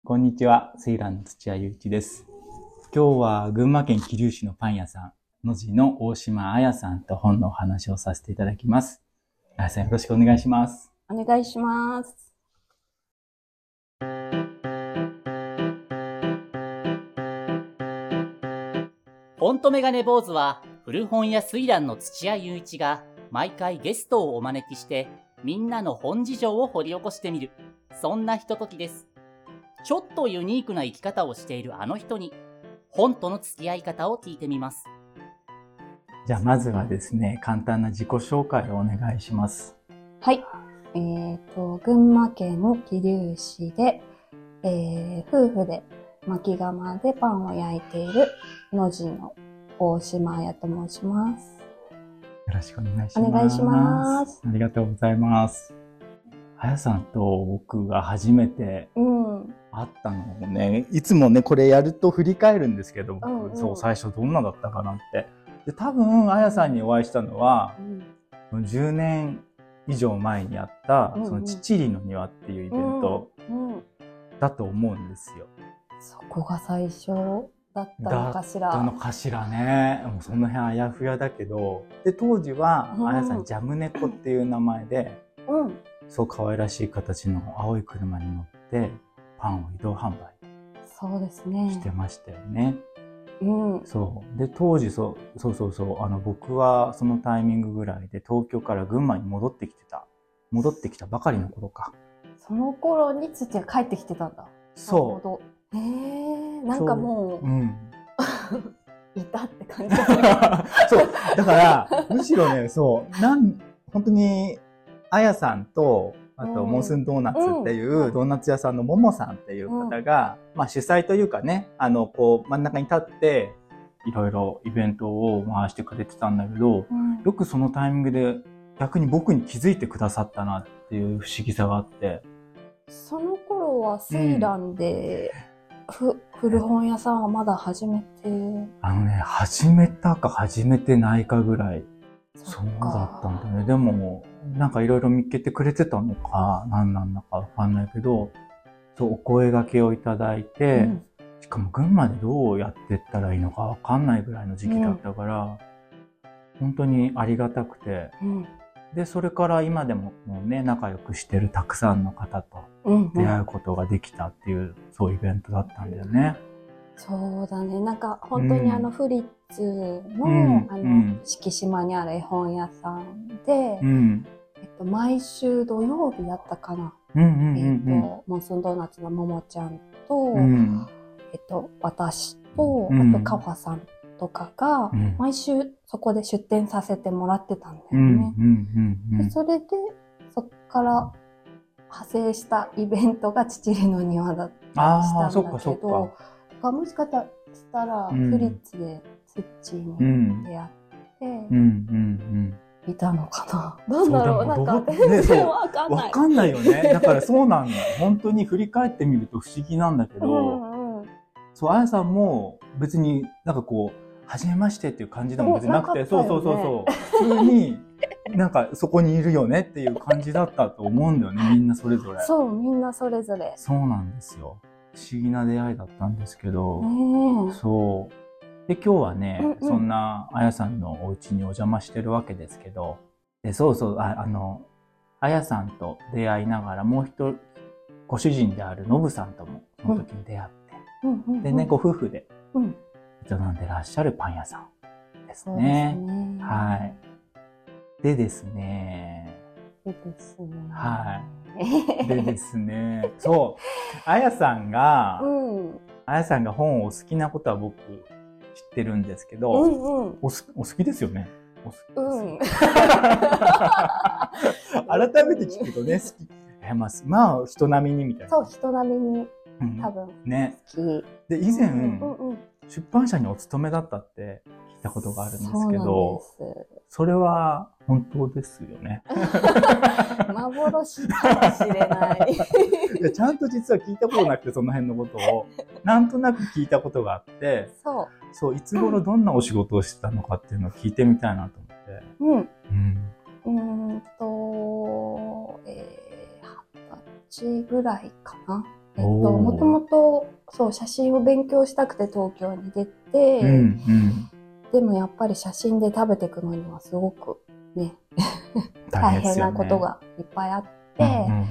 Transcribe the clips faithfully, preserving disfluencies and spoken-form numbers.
こんにちは、セイランの土屋雄一です。今日は群馬県桐生市のパン屋さん、のじの大島彩さんと本のお話をさせていただきます。彩さんよろしくお願いします。 お願いします。 本とメガネ坊主は古本屋水蘭の土屋雄一が毎回ゲストをお招きしてみんなの本事情を掘り起こしてみる、そんなひとときです。ちょっとユニークな生き方をしているあの人に本との付き合い方を聞いてみます。 じゃあまずはですね、簡単な自己紹介をお願いします。 はい。えーと、群馬県桐生市で、えー、夫婦で薪窯でパンを焼いているのじの大島彩と申します。 よろしくお願いします。 お願いします。 ありがとうございます。彩さんと僕が初めて会ったのをね、うん、いつもね、これやると振り返るんですけど、僕、うんうん、そう、最初どんなだったかなって。で、多分、彩さんにお会いしたのは、うん、じゅうねん以上前にあった、うんうん、そのチチリの庭っていうイベントだと思うんですよ。 そこが最初だったのかしら。 だったのかしらね。もうその辺あやふやだけど。で、当時は、あやさん、ジャムネコっていう名前で、うん、そう可愛らしい形の青い車に乗って、パンを移動販売。 そうですね。 してましたよね。 うん。 そう。で、当時、そう、そうそうそう、あの、僕はそのタイミングぐらいで東京から群馬に戻ってきてた。戻ってきたばかりの頃か。 その頃に土屋帰ってきてたんだ。 そう。 へえ、なんかもう、うん、いたって感じがする。 そう、だから、むしろね、そう、なん、本当に、あやさんと、あと、モンスンドーナツっていうドーナツ屋さんのももさんっていう方が、うん、まあ主催というかね、あの、こう、真ん中に立って、いろいろイベントを回してくれてたんだけど、うん、よくそのタイミングで逆に僕に気づいてくださったなっていう不思議さがあって。 その頃はセイランで、うんふ、古本屋さんはまだ始めて。 あのね、始めたか始めてないかぐらい。そうだったんだね。でも、なんかいろいろ見つけてくれてたのか、何なんだかわかんないけど、そう、お声掛けをいただいて、うん、しかも群馬でどうやってったらいいのかわかんないぐらいの時期だったから、うん、本当にありがたくて、うん、で、それから今でももうね、仲良くしてるたくさんの方と出会うことができたっていう、うんうん、そういうイベントだったんだよね。 そうだね。なんか本当にあのフリッツの、うん、あの、敷島にある絵本屋さんで、うん、えっと、毎週土曜日だったかな。えっと、モンスンドーナツのももちゃんと、うん、えっと、私と、あとカファさんとかが、毎週そこで出店させてもらってたんだよね。でそれで、そっから派生したイベントがチチリの庭だったりしたんだけど、もしかしたら、フリッツでツッチーに出会って、いたのかな、うん、なんだろう、なんか全然わかんない。 わかんないよね。だからそうなんだよ。本当に振り返ってみると不思議なんだけど、うんうん、そう、あやさんも別になんかこう、初めましてっていう感じでも別になくて、そうそうそうそう、普通になんかそこにいるよねっていう感じだったと思うんだよね、みんなそれぞれ。 そう、みんなそれぞれ。 そうなんですよ。不思議な出会いだったんですけど、そう。で、今日はね、うんうん、そんなあやさんのお家にお邪魔してるわけですけど、でそうそう、あ、あの、あやさんと出会いながら、もう一人、ご主人であるのぶさんともその時に出会って、うんうんうんうん、でね、ご夫婦で営んでらっしゃるパン屋さんですね。そうですね。はい。でですね、 でですね。 はい。でですね。そう。あやさんが、うん、あやさんが本をお好きなことは僕知ってるんですけど、うんうん、お, お好きですよね。お好きです、うん、改めて聞くとね、好き。えまあ、まあ、人並みにみたいな。 そう、人並みに。多分、うん、ね。好き。 で、以前、うんうんうん、出版社にお勤めだったって聞いたことがあるんですけど、そうなんです。それは本当ですよね。 幻かもしれない。 いやちゃんと実は聞いたことなくて、その辺のことを。なんとなく聞いたことがあって、そう。そう、いつ頃どんなお仕事をしてたのかっていうのを聞いてみたいなと思って。うん。 うん。うーんと、えー、はたちぐらいかな。えっと、もともとそう写真を勉強したくて東京に出て、うんうん、でもやっぱり写真で食べていくのにはすごくね大変なことがいっぱいあって、うんうんうんうん、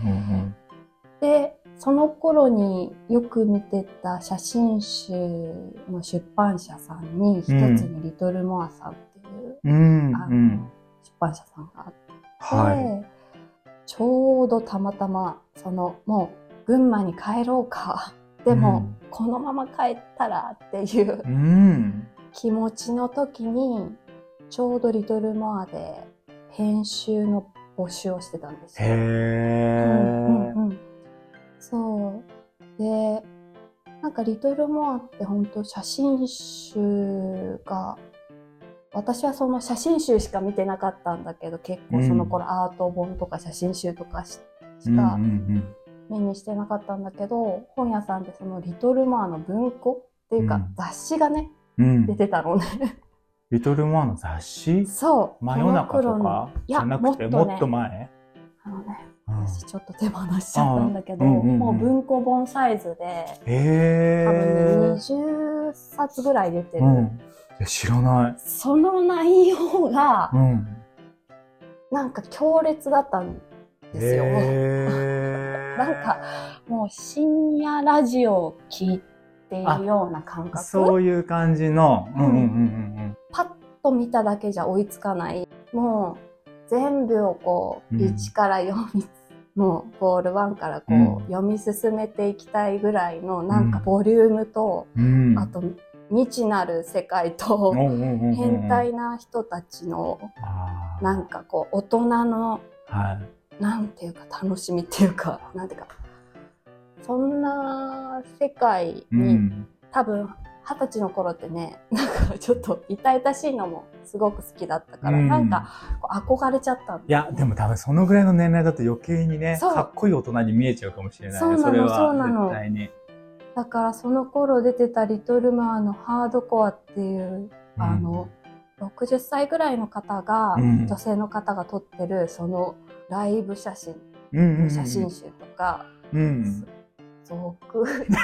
でその頃によく見てた写真集の出版社さんに一つにリトルモアさんっていう、うん、あの、うん、出版社さんがあって、はい、ちょうどたまたまそのもう群馬に帰ろうかでも、うん、このまま帰ったらっていう気持ちの時にちょうどリトルモアで編集の募集をしてたんですよ。へー、うんうんうん、そうでなんかリトルモアって本当写真集が私はその写真集しか見てなかったんだけど結構その頃アート本とか写真集とか し,、うん、しか目にしてなかったんだけど本屋さんでそのリトルモアの文庫っていうか、うん、雑誌がね、うん、出てたのねリトルモアの雑誌？そう真夜中とかじゃなくてもっと、ね、もっと前あのね私ちょっと手放しちゃったんだけど、うんうんうん、もう文庫本サイズで、えー、多分ねにじゅっさつぐらい出てる、うん、 いや知らない。 その内容が、うん、なんか強烈だったんですよ、えー、なんかもう深夜ラジオを聞いているような感覚。 そういう感じの、うんうんうんうん、 パッと見ただけじゃ追いつかないもう全部をこう、うん、いちから読みもうボールワンからこう、うん、読み進めていきたいぐらいのなんかボリュームと、うん、あと未知なる世界と、うん、変態な人たちのなんかこう大人の、はい、なんていうか楽しみっていうかなんていうかそんな世界に、うん、多分二十歳の頃ってねなんかちょっと痛々しいのもすごく好きだったから、うん、なんかこう憧れちゃったんだ、ね、 いやでも多分そのぐらいの年齢だと余計にねかっこいい大人に見えちゃうかもしれないね。 そうなの、 それはそうなの。 絶対にだからその頃出てたリトルモアのハードコアっていう、うん、あのろくじゅっさいぐらいの方が、うん、女性の方が撮ってるそのライブ写真の写真集とか、うんうんうん続っていう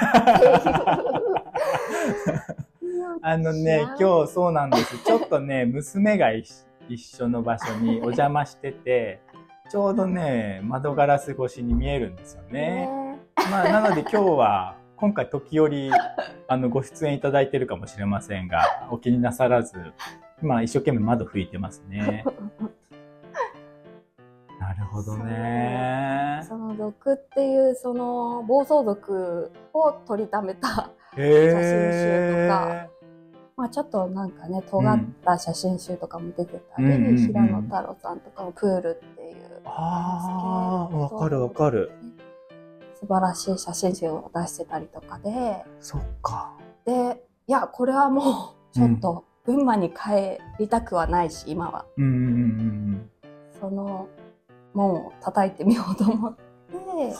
あのね今日そうなんですちょっとね娘が一緒の場所にお邪魔しててちょうどね窓ガラス越しに見えるんですよね、まあ、なので今日は今回時折あのご出演いただいてるかもしれませんがお気になさらず今一生懸命窓拭いてますねなるほどね。 その族っていうその暴走族を撮りためた写真集とか、まあちょっとなんかね尖った写真集とかも出てたり、うん、平野太郎さんとかもプールっていう、 ああわかるわかる。 素晴らしい写真集を出してたりとかで、 そっか。 でいやこれはもうちょっと群馬に帰りたくはないし今は、うんうんうんうん、その門を叩いてみようと思って、は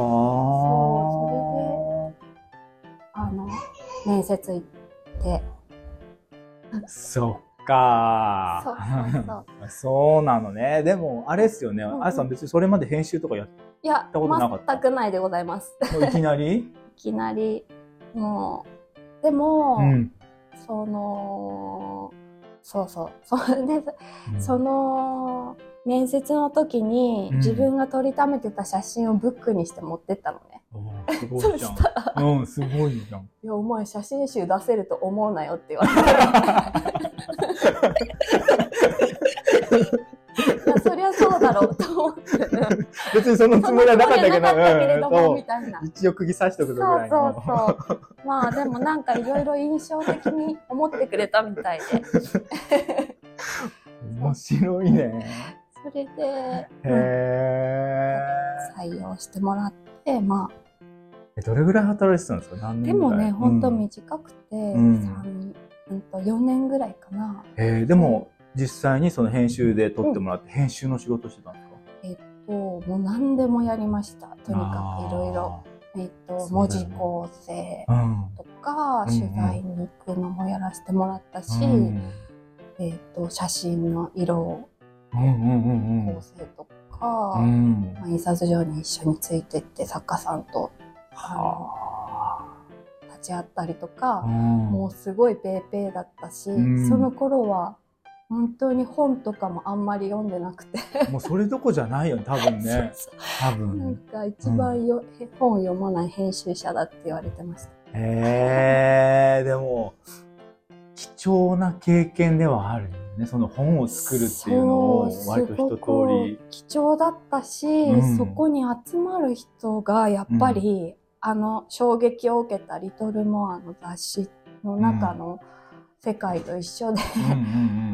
そうそれであの面接行ってそっかそうそうそうそうなのね。でもあれですよね、うんうん、あやさん別にそれまで編集とかやったことなかった？ いや全くないでございます。 もういきなりいきなりもうでも、うん、そのそうそうそれで、うん、その面接の時に自分が撮りためてた写真をブックにして持ってったのね。 うん、すごいじゃん。うん、すごいじゃん。 いや、お前写真集出せると思うなよって言われて。いや、そりゃそうだろうと思って。 別にそのつもりはなかったけど、 なかったけれども、みたいな。 一応釘刺しとくぞぐらいの。 そうそうそう。まあでもなんかいろいろ印象的に思ってくれたみたいで。 面白いね。 それで、へー、採用してもらって、まあ。どれぐらい働いてたんですか？何年ぐらい？ でもね、ほんと短くて、うん、うんとよねんぐらいかな。 へー、でも実際にその編集で撮ってもらって、うん、編集の仕事してたんですか？ えっと、もう何でもやりました。とにかくいろいろ。えっと、文字構成とか、うん、取材に行くのもやらせてもらったし、うん、えっと、写真の色を構成とか、うん、まあ、印刷所に一緒についてって作家さんとあの立ち会ったりとか、もうすごいペーペーだったし、うん、その頃は本当に本とかもあんまり読んでなくてもうそれどこじゃないよね多分ねそうそう多分なんか一番よ、うん、本読まない編集者だって言われてました。 へえー、でも貴重な経験ではあるよね。その本を作るっていうのを割と一通り貴重だったし、うん、そこに集まる人がやっぱり、うん、あの衝撃を受けたリトルモアの雑誌の中の世界と一緒で、うんうんうん、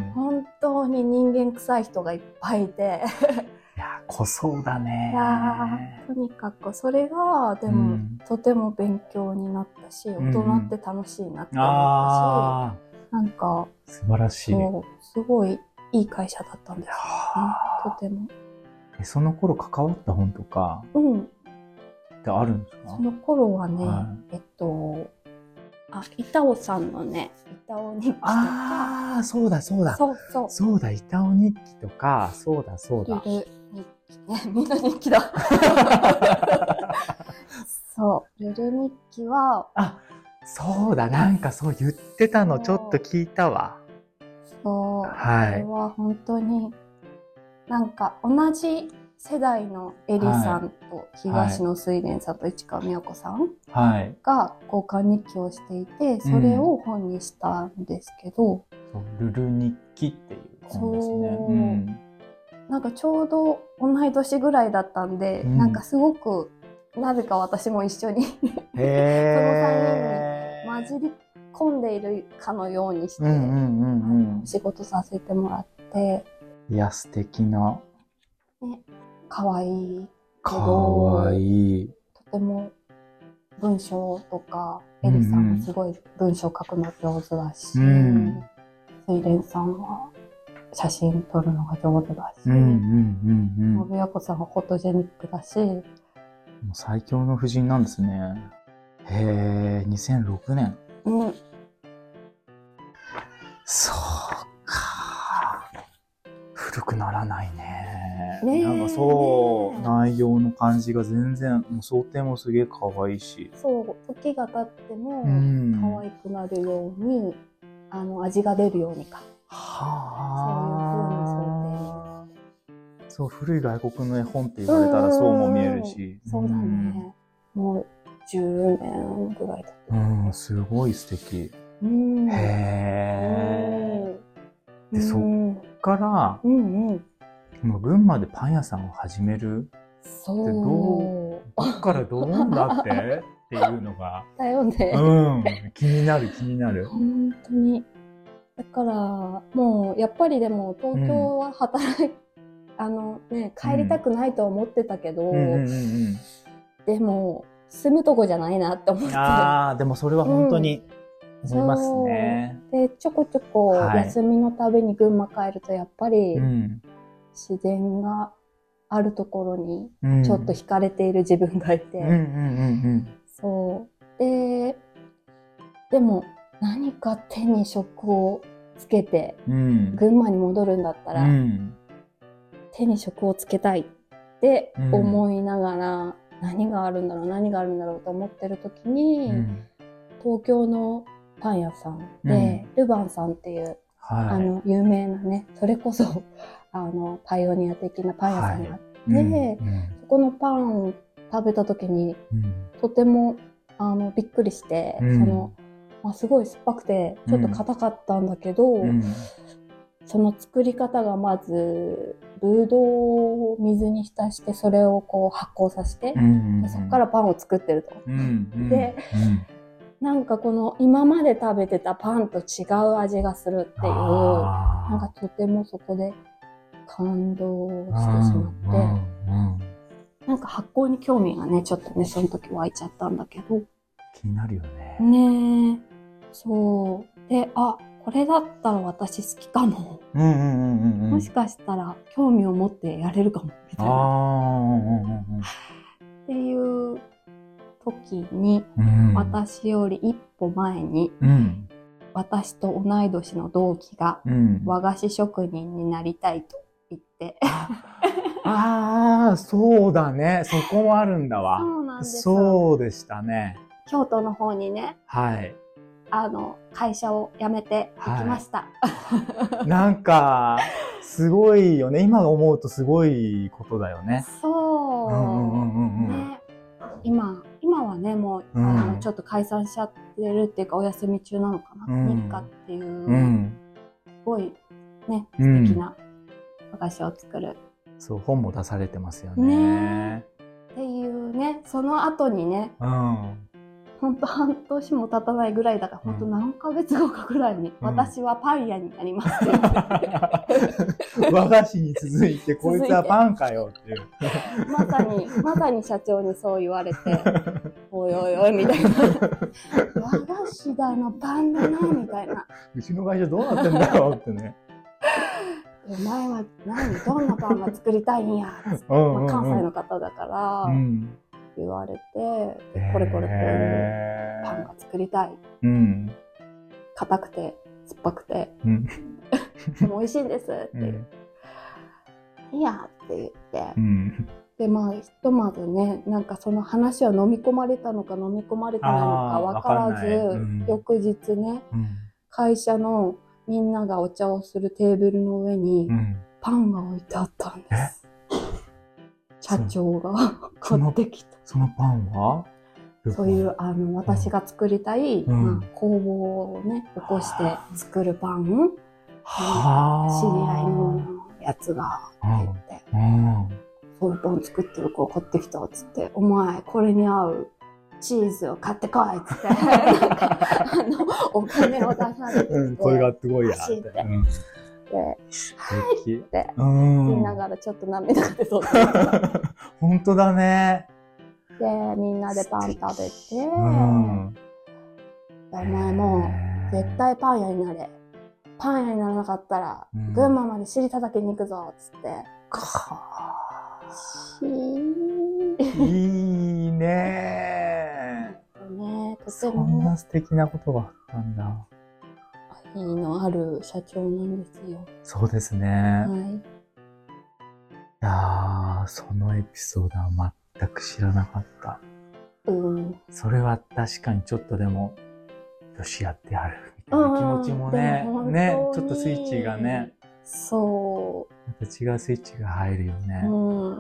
本当に人間臭い人がいっぱいいていや濃そうだね。 いやとにかくそれがでも、うん、とても勉強になったし、大人って楽しいなって思ったし、うん、なんか素晴らしい。 そうすごいいい会社だったんですよね。とても。 えその頃関わった本とかってあるんですか？ その頃はね、はい、えっとあ、板尾さんのね、板尾日記とか。 ああ、そうだそうだ。 そうそう。 そうだ、板尾日記とか、そうだそうだ。 ルル日記ね、みんな日記だ。そう、ルル日記は。 あ、そうだ、なんかそう言ってたのちょっと聞いたわ。 そう、 はい。 これは本当に、なんか同じ世代のエリさんと東野水蓮さんと市川美和子さんが交換日記をしていて、それを本にしたんですけど、 うん、ルル日記っていう本ですね。 そう、うん、なんかちょうど同い年ぐらいだったんで、うん、なんかすごくなぜか私も一緒にそのさんにんに混じり込んでいるかのようにして仕事させてもらって、 いや素敵な。 ね、かわいい。 かわいい。 とても文章とか、エリさんはすごい文章書くの上手だし、うん、水蓮さんは写真撮るのが上手だし、信也さんはフォトジェニックだし。もう最強の夫人なんですね。へー、にせんろくねん。 うん。 そうか。古くならないね。ね、なんかそう内容の感じが全然もう想定もすげえ可愛いし、 そう時が経っても可愛くなるように、うん、あの味が出るようにか、 はあ、そういう風に想定。そう古い外国の絵本って言われたらそうも見えるし、 うん、そうだね、うん、もうじゅうねんぐらいだった。うんすごい素敵。うん、へえ、うん、でそっから、うんうん、もう群馬でパン屋さんを始めるってどう、どっからどうなってっていうのがだよね、 うん、気になる気になる。 本当に。だからもうやっぱりでも東京は働い、うん、あのね帰りたくないと思ってたけど、うんうんうんうん、でも住むとこじゃないなって思って。 ああでもそれは本当に思いますね。 うん、でちょこちょこ休みのたびに群馬帰るとやっぱり、はい、うん自然があるところにちょっと惹かれている自分がいて、そうででも何か手に職をつけて、うん、群馬に戻るんだったら、うん、手に職をつけたいって思いながら、うん、何があるんだろう何があるんだろうと思ってる時に、うん、東京のパン屋さんで、うん、ルバンさんっていう、はい、あの有名なねそれこそあのパイオニア的なパン屋さんがあって、はいうんうん、そこのパンを食べた時に、うん、とてもあのびっくりして、うん、そのまあ、すごい酸っぱくてちょっと硬かったんだけど、うん、その作り方がまずブドウを水に浸してそれをこう発酵させて、うんうん、でそこからパンを作ってると、うんうん、で、うん、なんかこの今まで食べてたパンと違う味がするっていうなんかとてもそこで感動してしまって、うんうん、なんか発酵に興味がねちょっとねその時湧いちゃったんだけど、 気になるよね。 ねえ、そうで、あ、これだったら私好きかも、うんうんうんうん、もしかしたら興味を持ってやれるかもみたいな、あ、うんうんうん、っていう時に、うん、私より一歩前に、うん、私と同い年の同期が和菓子職人になりたいと言って、うん、 ああそうだね、そこもあるんだわ。 そうなんです。 そうでしたね。 京都の方にね、 はい。 あの、会社を辞めて行きました。 はい、なんか、すごいよね。今思うとすごいことだよね。 そう。うんうんうんうん、ね、今、今はね、もう、うん、あのちょっと解散しちゃってるっていうか、お休み中なのかな。うん、日課っていう、うん、すごいね、素敵な和菓子を作る。 そう、本も出されてますよね。 ねっていうね、その後にね、うん、ほんと半年も経たないぐらいだから、ほんと何ヶ月後かぐらいに、うん、私はパン屋になりますって言って。 和菓子に続いて、こいつはパンかよっていう。 まさに、まさに社長にそう言われて、おいおいおいみたいな。和菓子だの、パンだな、みたいな。 うちの会社どうなってんだよってね。 お前は何、どんなパンが作りたいんやって、まあ、関西の方だから、うん、言われて、これこれこういうパンが作りたい。うん、硬くて、酸っぱくて、うん、でも美味しいんですって言って、うん、いやって言って、うん、で、まあ、ひとまずね、なんかその話は飲み込まれたのか飲み込まれてないのか分からず、うん、翌日ね、うん、会社のみんながお茶をするテーブルの上にパンが置いてあったんです。社長が買ってきた。 そのパンはそういう、あの、私が作りたい、うんまあ、工房をね、起こして作るパン、知り合いのやつが入って、うん、そういうパン作ってる子を買ってきたっつって、お前、これに合うチーズを買ってこいっつって、なんか、あの、お金を出されて、うん、 これ買ってこいや。 って。で、はいって言いながらちょっと涙が出そうだった。 本当だね。 で、みんなでパン食べて、うん、お前もう絶対パン屋になれ。パン屋にならなかったら、うん、群馬まで尻叩きに行くぞっつって。 いいねー。ね、とても。 そんな素敵なことがあったんだ。 愛のある社長なんですよ。 そうですね。はい。いやー、そのエピソードは全く知らなかった。うん。それは確かにちょっとでも、よしやってやるみたいな気持ちもね、ね、ちょっとスイッチがね。 そう。 また違うスイッチが入るよね。うん。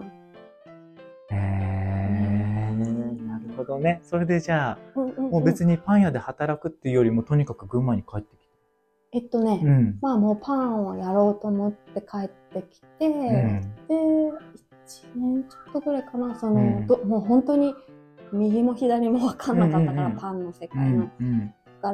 えー、なるほどね。それでじゃあ、うんうんうん、もう別にパン屋で働くっていうよりも、とにかく群馬に帰ってきて。 えっとね、うん、まあもうパンをやろうと思って帰ってきて、うん、で、いちねんちょっとぐらいかな、その、うん、どもう本当に右も左も分かんなかったから、うんうん、パンの世界の。うんうん、だから、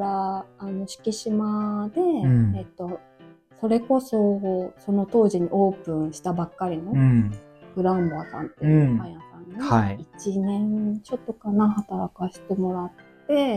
あの、敷島で、うん、えっと、それこそ、その当時にオープンしたばっかりの、グランボアさんっていうパン屋さんに、うんはい、いちねんちょっとかな、働かせてもらって。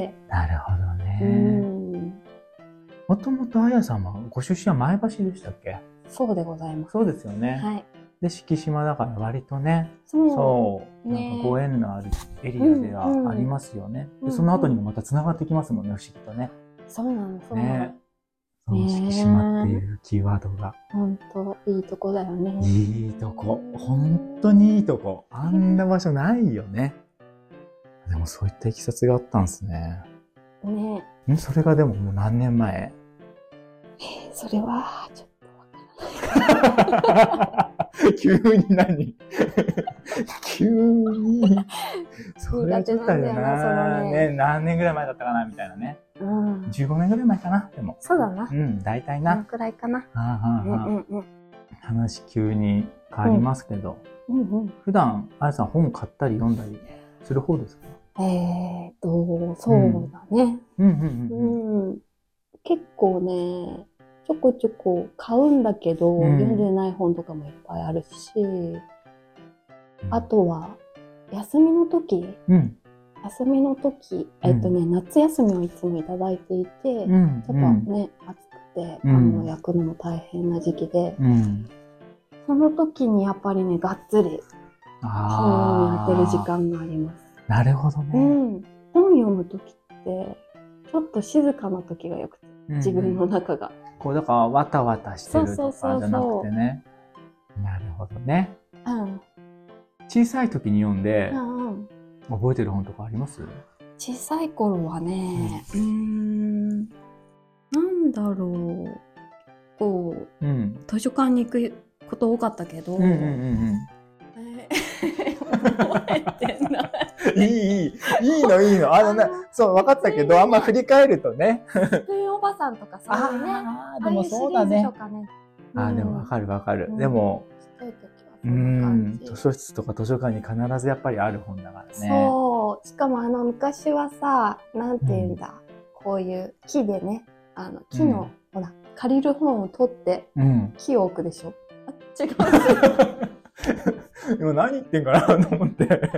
なるほどね。うんもともとあやさんはご出身は前橋でしたっけ？ そうでございます。 そうですよね。はい。で、敷島だから割とね、そう、そうね、なんかご縁のあるエリアではありますよね。うんうん、でその後にもまた繋がってきますもんね、不思議とね。 そうなの、そうなの。ね。 その敷島っていうキーワードが。 本当いいとこだよね。 いいとこ。本当にいいとこ。あんな場所ないよね。でもそういったいきさつがあったんですね。ね。んそれがでももう何年前？ えー、それは、ちょっとわからない。 急に何急に。それはちょっとあれだな。ね、何年ぐらい前だったかなみたいなね。うん。じゅうごねんぐらい前かなでも。 そうだな。 うん、大体な。 そのくらいかな。はあはあはあ、うんうんうん。話急に変わりますけど。うんうんうん、普段、あやさん本買ったり読んだりする方ですか？ えーと、そうだね。うんうんうんうん、結構ね、ちょこちょこ買うんだけど、うん、読んでない本とかもいっぱいあるし、うん、あとは、休みの時、うん、休みの時、えっとね、うん、夏休みをいつもいただいていて、うん、ちょっとね、暑くて、パンを焼くのも大変な時期で、うん、その時にやっぱりね、がっつり本をやってる時間があります。 なるほどね。うん。 本読むときって、ちょっと静かなときがよくて、自分の中が。 うん、こう、だから、わたわたしてるとかじゃなくてね。なるほどね。うん。小さいときに読んで、うんうん、覚えてる本とかあります？ 小さい頃はね、うーん、なんだろう、こう、うん、図書館に行くこと多かったけど、うんうんうんうん、えー、覚えてない。 いい、いい、いいの、いいの。あのね、そう、分かったけど、あんま振り返るとね。 スプーンおばさんとかそういうね、ああでもそうだね。あ、ね、うん、あでも分かる分かる。うん、でも、うん、図書室とか図書館に必ずやっぱりある本だからね。 そう。しかもあの昔はさ、なんていうんだ、うん、こういう木でね、あの木の、うん、ほら、借りる本を取って、うん、木を置くでしょ。あ、違う。 今何言ってんかなと思って。世代が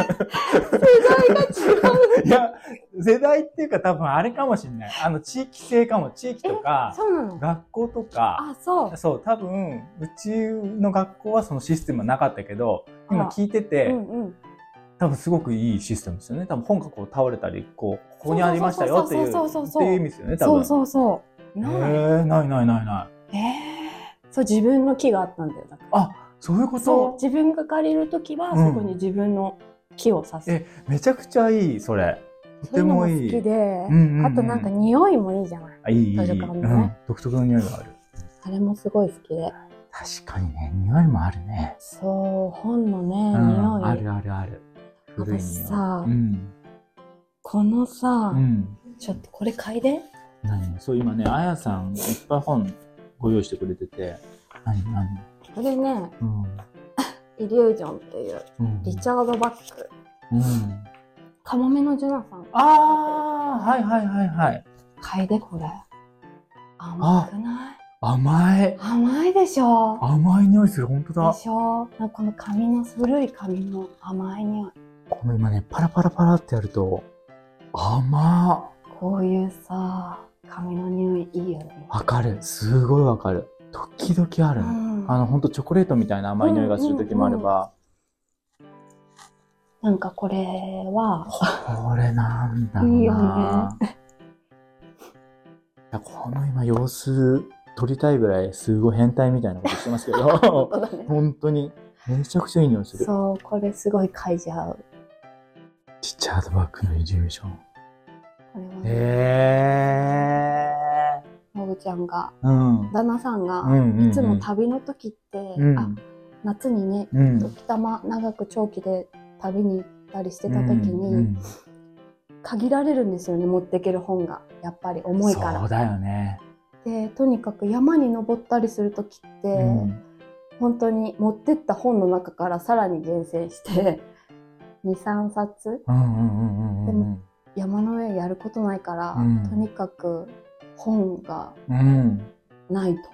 違う。いや、世代っていうか多分あれかもしれない。あの地域性かも。地域とか、 そうなの？ 学校とか。 あ、そう。 そう、多分、うちの学校はそのシステムはなかったけど、今聞いてて、うんうん、多分すごくいいシステムですよね。多分本がこう倒れたり、こう、ここにありましたよっていう、っていう意味ですよね、多分。 そうそうそう。 ない。えー、ないないないない。 えー、そう、自分の木があったんだよ。だから。 あ、そういうこと？ そう、自分が借りるときは、そこに自分の木を刺す。 うん、え、めちゃくちゃいい、それ。とてもいい。 そういうのも好きで、うんうんうん、あとなんか匂いもいいじゃない。 あ、いい、いい。 図書館のね、 うん。独特の匂いがある。 あれもすごい好きで。 確かにね、匂いもあるね。 そう、本のね、 うん、 匂い。 あるあるある。古い匂い。 私さ、うん、このさ、うん、ちょっとこれ嗅いで。 何？そう、今ね、あやさんいっぱい本ご用意してくれてて。何何？ これね、うん、イリュージョンっていう、うん、リチャード・バック。うん、カモメのジュナさん。 ああ、はいはいはいはい。 嗅いで、これ。甘くない？ 甘い。 甘いでしょ？ 甘い匂いする、ほんとだ。 でしょ？なんかこの紙の、古い紙の甘い匂い。 この今ね、パラパラパラってやると、甘っ。こういうさ、紙の匂いいいよね。 わかる。すごいわかる。時々ある。うん、あの、ほんとチョコレートみたいな甘い匂いがする時もあれば。 うんうんうん、なんかこれは。 これなんだろうな。いいよね。いや、この今様子撮りたいぐらいすごい変態みたいなことしてますけど。本当だね。本当に。めちゃくちゃいい匂いする。 そう、これすごい嗅いじゃう。 リチャード・バックのイリュージョン。これはね。 へー。 のぶちゃんが、うん、旦那さんが、いつも旅の時って、うん、あ、夏にね、うん、時たま長く長期で旅に行ったりしてた時に、うんうん、限られるんですよね、持っていける本が。やっぱり重いから。 そうだよね。 で、とにかく山に登ったりする時って、うん、本当に持ってった本の中からさらに厳選して、に、さんさつ。でも山の上やることないから、うん、とにかく本がないと。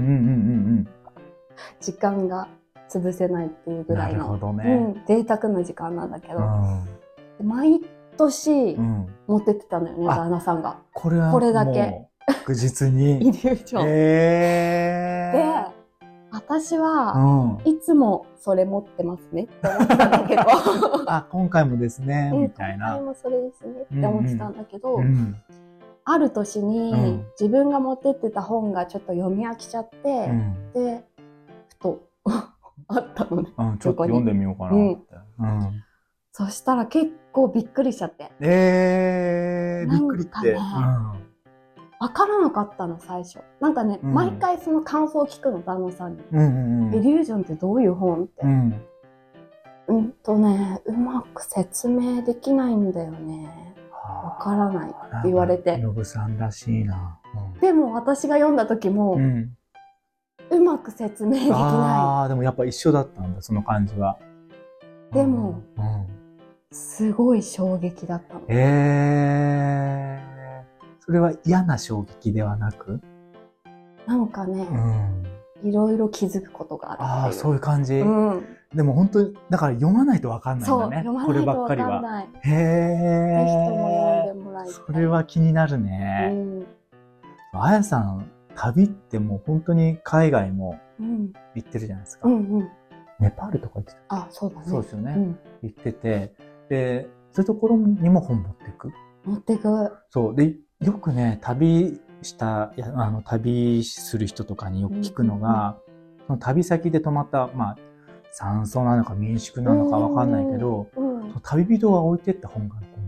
時間が潰せないっていうぐらいの、ね、うん、贅沢な時間なんだけど、うん、毎年持ってってたのよね、旦那さんが。 これはこれだけ。 確実に。 イリュージョン。 えー、 で、私は、いつもそれ持ってますねって思ってたんだけど。 あ、今回もですね、みたいな。 今回もそれですねって思ってたんだけど、うんうん、ある年に自分が持ってってた本がちょっと読み飽きちゃって、うん、で、ふとあったのね。 うん、ちょっと読んでみようかなって。うんうん、 そしたら結構びっくりしちゃって。 えー、びっくりって。 わからなかったの、最初。なんかね、うん、毎回その感想を聞くの、旦那さんに。うんうんうん、イリュージョンってどういう本って。うん、うんとね、うまく説明できないんだよね。わからないって言われて。 のぶさんらしいな。 うん、でも私が読んだ時も、うん、うまく説明できない。 ああ、でもやっぱ一緒だったんだ、その感じは。 でも、うん、すごい衝撃だったの。 えー。それは嫌な衝撃ではなく？ なんかね、うん、いろいろ気づくことがあるっていう。 ああ、そういう感じ。うん、でも本当に、だから読まないとわかんないんだね。 そう、読まないとわかんない。 へえ。 ぜひとも読んでもらいたい。 それは気になるね。うん、あやさん、旅ってもう本当に海外も行ってるじゃないですか。うんうん、ネパールとか行ってた。 あ、そうだね。 そうですよね。うん、行ってて、で、そういうところにも本持っていく。 持っていく。 そう。で、よくね、旅した、あの、旅する人とかによく聞くのが、うんうん、その旅先で泊まった、まあ、山荘なのか民宿なのかわかんないけど、うんうん、その旅人が置いてった本がこう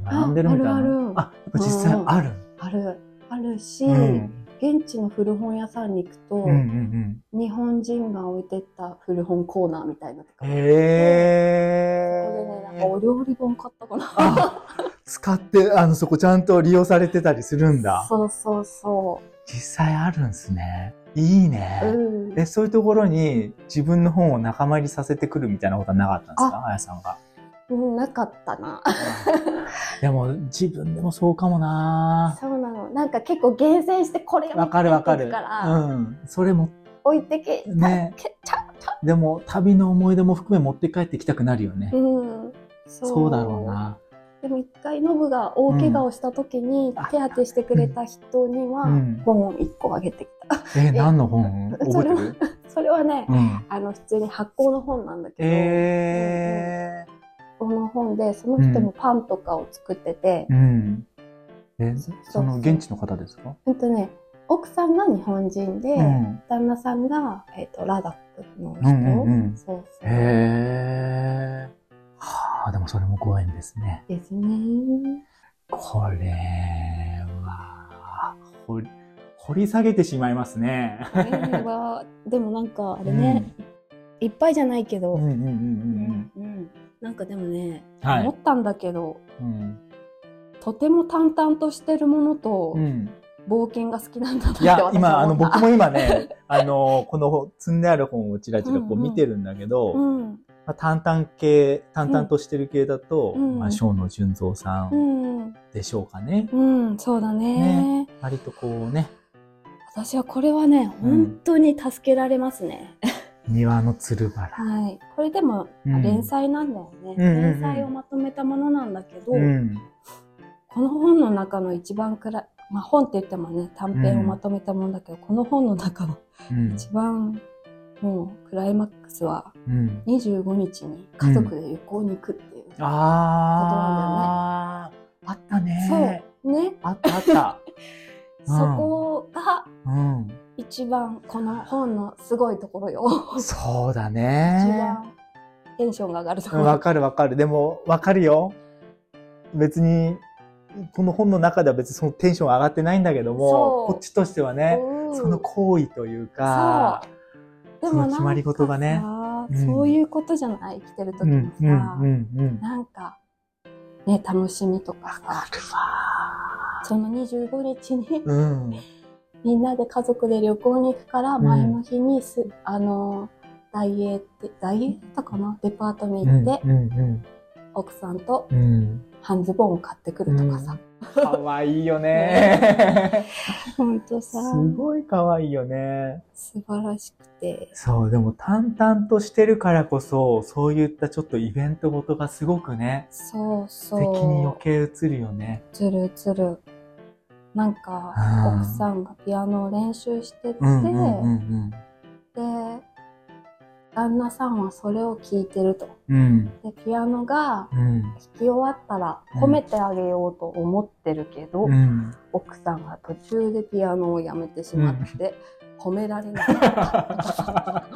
並んでるみたいな。 あるある。 あ、やっぱ実際ある。 ある。あるし、 うん、 現地の古本屋さんに行くと、 うんうんうん、日本人が置いてった古本コーナーみたいなとか。 へー。 そこでね、なんかお料理本買ったかな。 あ、使って、あの、そこちゃんと利用されてたりするんだ。 そうそうそう。 実際あるんですね。いいね。 うん、 え、そういうところに自分の本を仲間入りさせてくるみたいなことはなかったんですか、あやさんが。 うん、なかったな。 でも自分でもそうかもな。 そうなの。なんか結構厳選してこれをわかるわかる。 から、 うん。それも置いてけ、 ね。 ちゃちゃでも旅の思い出も含め持って帰ってきたくなるよね。 うん。 そう、そうだろうな。 でも一回ノブが大怪我をした時に手当てしてくれた人には本を一個あげてきた。 うん、え、何の本覚えてる？ それはね、うん、あの普通に発行の本なんだけど、 えー、 この本でその人もパンとかを作ってて、 うん、え、その現地の方ですか？ ほんとね、奥さんが日本人で、うん、旦那さんが、えーと、ラダックの人、うんうんうん、そうそう。 へー。はあ、でもそれもご縁ですね。 ですね。 これは、掘り、掘り下げてしまいますね。 これは、でもなんかあれね、うん、いっぱいじゃないけど、 うんうんうんうんうん、なんかでもね、 はい、 思ったんだけど、 うん、 とても淡々としてるものと、うん、冒険が好きなんだなって私は思った。 いや、今、あの、僕も今ね、あの、この積んである本をちらちらこう見てるんだけど、うんうん、まあ、淡々系、淡々としてる系だと、うん、まあ、生野純三さんでしょうかね。 うん、うん、そうだね。 ね、割とこうね。 私はこれはね、本当に助けられますね。 うん、庭の鶴原。 はい。これでも、うん、連載なんだよね、うんうんうん。連載をまとめたものなんだけど、うん、この本の中の一番くらい、まあ本って言ってもね、短編をまとめたものだけど、うん、この本の中の一番、もうクライマックスはにじゅうごにちに家族で旅行に行くっていうことなんだよね。うん、 ああ、あったね。 そう。ね。 あったあった。 そこが一番この本のすごいところよ。 そうだね。 一番テンションが上がるところ。 わかるわかる。でもわかるよ。別にこの本の中では別にそのテンション上がってないんだけども、こっちとしてはね、その行為というか、 そう。 その決まり事がね、 うん、そういうことじゃない、生きてる時もさ、うんうんうんうん、なんかね、楽しみとかさ、そのにじゅうごにちに、うん、みんなで家族で旅行に行くから前の日にす、うん、あのダイエーってダイエーだったかな、デパートに行って、うんうんうん、奥さんと半ズボンを買ってくるとかさ。 うん、かわいいよね。 ほんとさ。 すごいかわいいよね。 素晴らしくて。 そう、でも淡々としてるからこそ、そういったちょっとイベントごとがすごくね。 そうそう。 素敵に余計映るよね。 映る映る。なんか、奥さんがピアノを練習してて、うんうんうんうん、で、旦那さんはそれを聞いてると。うん、で、ピアノが弾き終わったら褒めてあげようと思ってるけど、うん、奥さんが途中でピアノをやめてしまって、うん、褒められなかった。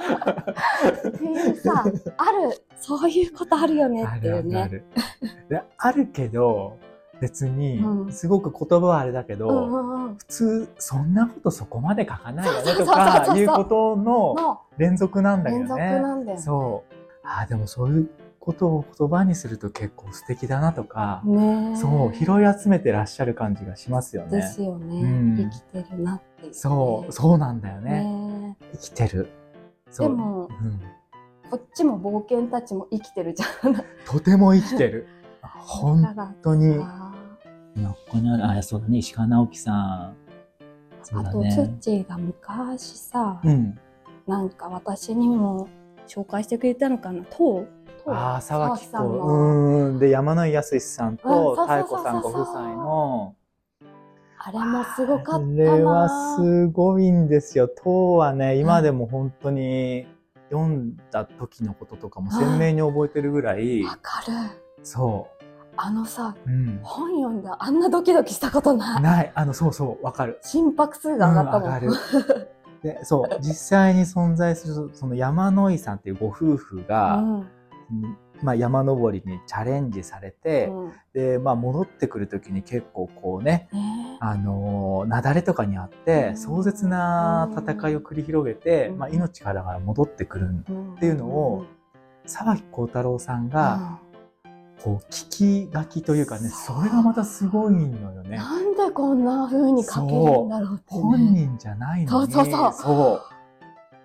っていうさ、ある、そういうことあるよねっていうね。 あるある。あるけど、別に、すごく言葉はあれだけど、うんうんうん、普通、そんなことそこまで書かないよねとか、いうことの連続なんだよね。連続なんだよね。そう。ああ、でもそういうことを言葉にすると結構素敵だなとか、ね、そう、拾い集めてらっしゃる感じがしますよね。 ですよね。うん、生きてるなっていう、ね。 そう、そうなんだよね。ね、生きてる。 でも、うん、こっちも冒険たちも生きてるじゃん。 とても生きてる。本当に。ここにある、あ、そうだね、石川直樹さん。 あと、ツッチーが昔さ、うん、なんか私にも紹介してくれたのかな、とうああ、沢木さんの。うん。で、山野井康さんと妙子さんご夫妻の。 あれもすごかったな。 あれはすごいんですよ。とうはね、今でも本当に読んだ時のこととかも鮮明に覚えてるぐらい。 わかる。 そう。 あのさ、うん、本読んであんなドキドキしたことない。 ない。あの、そうそう、わかる。 心拍数が上がったもん。うん、上がる。 で、そう、実際に存在する、その山野井さんっていうご夫婦が、うん、 まあ、山登りにチャレンジされて、うん、で、まあ、戻ってくる時に結構こうね、えー、あの雪崩とかにあって、うん、壮絶な戦いを繰り広げて、うん、まあ、命からがら戻ってくるっていうのを、沢木耕太郎さんが、こう聞き書きというかね、それがまたすごいのよね。 なんでこんな風に書けるんだろうってね。 本人じゃないのに。 そうそうそう。 そう。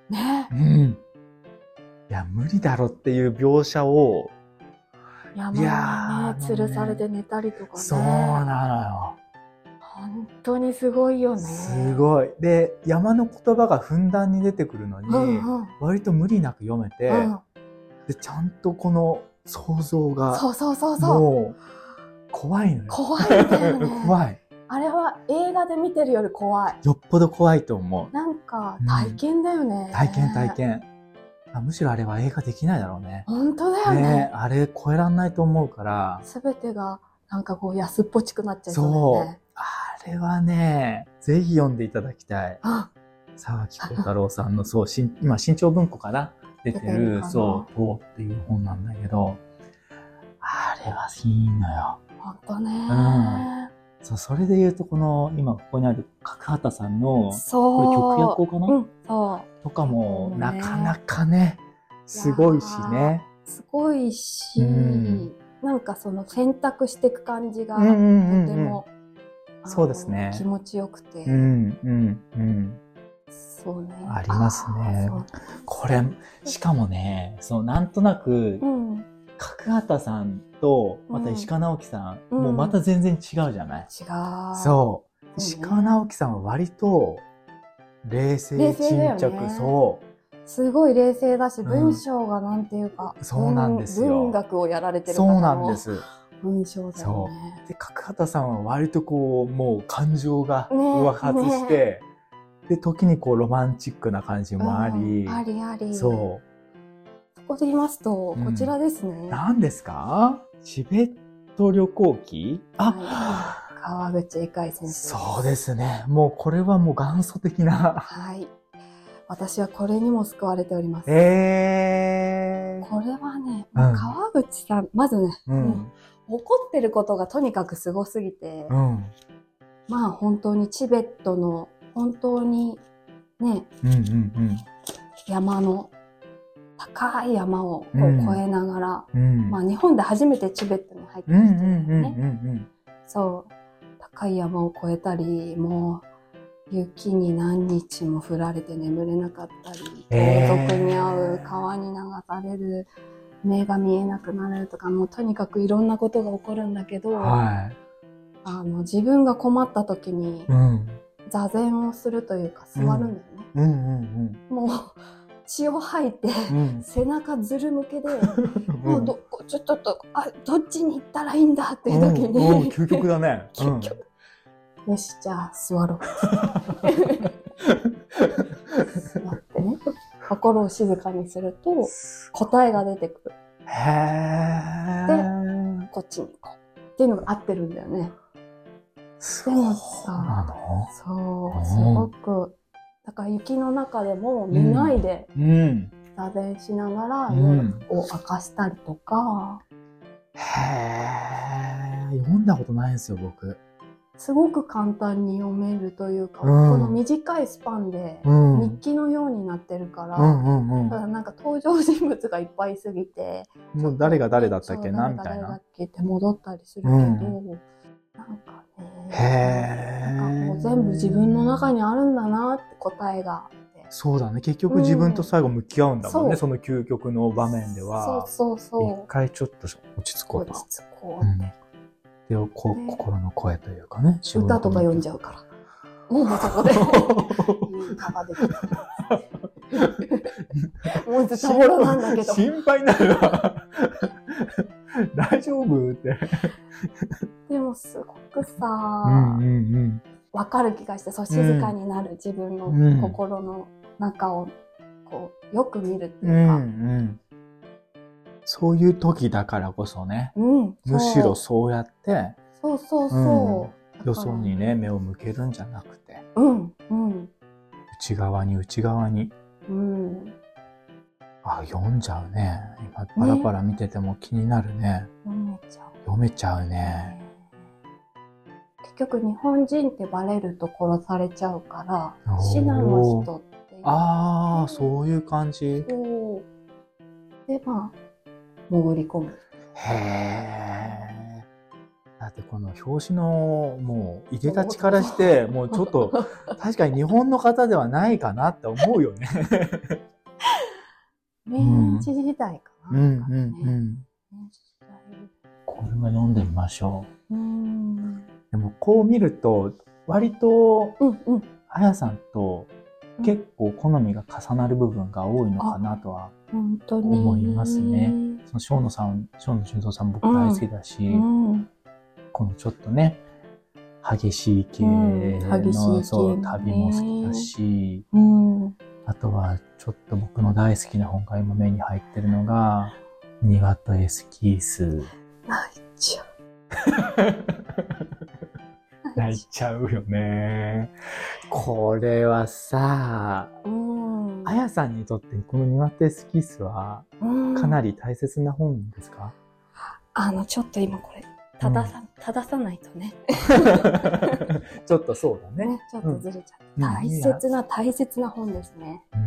ね。 うん。いや、無理だろっていう描写を。 山にね、吊るされて寝たりとかね。 そうなのよ。 本当にすごいよね。 すごい。で、山の言葉がふんだんに出てくるのに、うんうん、割と無理なく読めて、うん、で、ちゃんとこの想像が、 そうそうそうそう。 もう、怖いのよ。 怖いんだよね。 怖い。 あれは映画で見てるより怖い。 よっぽど怖いと思う。 なんか、体験だよね。 うん、体験体験。あ、むしろあれは映画できないだろうね。 本当だよね。 ね、あれ超えらんないと思うから。 すべてが、なんかこう安っぽちくなっちゃいそうだよね。そう。 あれはね、ぜひ読んでいただきたい。沢木耕太郎さんの、そう、今、新潮文庫かな出てる、そう、塔っていう本なんだけど、あれはいいのよ。 ほんとね、 うん。そう、それで言うと、この、今ここにある角畑さんの、そうこれ曲やこうかな、うん、そう。とかも、ね、なかなかね、すごいしね。 すごいし、うん、なんかその選択していく感じが、とても、うんうんうんそうですね。 気持ちよくて。 うん、うん、うん。 そうね。 ありますね。これ、しかもね、そう、なんとなく、うん、角畑さんと、また石川直樹さん、うん、もうまた全然違うじゃない、 違う。 そう。石川直樹さんは割と、冷静沈着、ね、そう。 すごい冷静だし、文章がなんていうか、 うん、そうなんですよ。 文学をやられてる方そうなんです。 文章だよね。 そう。で、角畑さんは割とこう、もう感情が爆発して、ねね、で、時にこう、ロマンチックな感じもあり。 うん、ありあり。 そう。 そこで言いますと、こちらですね。うん、 何ですか？チベット旅行記？あ、 はい、川口英会先生。 そうですね。もうこれはもう元祖的な。 はい。私はこれにも救われております。 えー、 これはね、うん、川口さん、まずね、うん、怒ってることがとにかくすごすぎて、うん、まあ本当にチベットの本当にね、うんうんうん、山の高い山をこう越えながら、うん、まあ日本で初めてチベットに入った人だよね。そう、高い山を越えたり、もう雪に何日も降られて眠れなかったり、盗賊に遭う、川に流される、目が見えなくなるとか、もうとにかくいろんなことが起こるんだけど、はい、あの自分が困った時に、うん、座禅をするというか座るんだよね。うんうんうんうん、もう血を吐いて、うん、背中ずる向けで、もうどちょっとあどっちに行ったらいいんだっていう時に、 うんうん、究極だね。 究極。うん、よし、じゃあ座ろう。座ってね、心を静かにすると答えが出てくる。へー。で、こっちに行こうっていうのが合ってるんだよね。でもさ、そう、すごく、だから雪の中でも見ないで、座禅しながら夜を明かしたりとか。 うん、へー、読んだことないんですよ、僕。 すごく簡単に読めるというか、うん、この短いスパンで日記のようになってるから、うんうんうん、だからなんか登場人物がいっぱいすぎて、 もう誰が誰だったっけなみたいな。 誰だっけって戻ったりするけど、うん、なんかね、へー、なんかもう全部自分の中にあるんだなって答えがあって。 そうだね。結局自分と最後向き合うんだもんね、うん、その究極の場面では。 そうそうそう。 一回ちょっと落ち着こうと。 落ち着こうって。うんでこう、ね、心の声というかね。 歌とか読んじゃうから。もうそこで。いい歌ができた。もうズタボロなんだけど。 心配になるわ。大丈夫って。 でもすごくさ、うんうんうん、分かる気がして、そう静かになる自分の心の中をこうよく見るっていうか。うんうんそういう時だからこそね、うん、むしろそうやって、 そうそうそう、 うん、よそにね、目を向けるんじゃなくて、 うんうん、 内側に内側に。 うん、 ああ、読んじゃうね。今パラパラ見てても気になるね。 読めちゃう。 読めちゃうね。 結局日本人ってバレると殺されちゃうから、シナの人っていう。 ああ、そういう感じ。 そう。で、まあ、潜り込む。 へえ。だってこの表紙のもう、いでたちからして、もうちょっと、確かに日本の方ではないかなって思うよね。 明治時代かな。 うんうんうん。これは読んでみましょう。うん、でもこう見ると、割と、うんうん、あやさんと結構好みが重なる部分が多いのかなとは思いますね。その生野さん、生野俊三さん僕大好きだし、うんうん、このちょっとね、激しい系の、うん、激しい系、そう、旅も好きだし、うん、あとはちょっと僕の大好きな本が今目に入ってるのが、庭とエスキース。 泣いちゃう。 泣いちゃうよね。これはさ、うん、あやさんにとってこの庭とエスキースはかなり大切な本ですか？うん、 あの、ちょっと今これ、正さ、うん、正さないとね。 ちょっとそうだね。 ね、ちょっとずれちゃった。うん、大切な大切な本ですね。うん、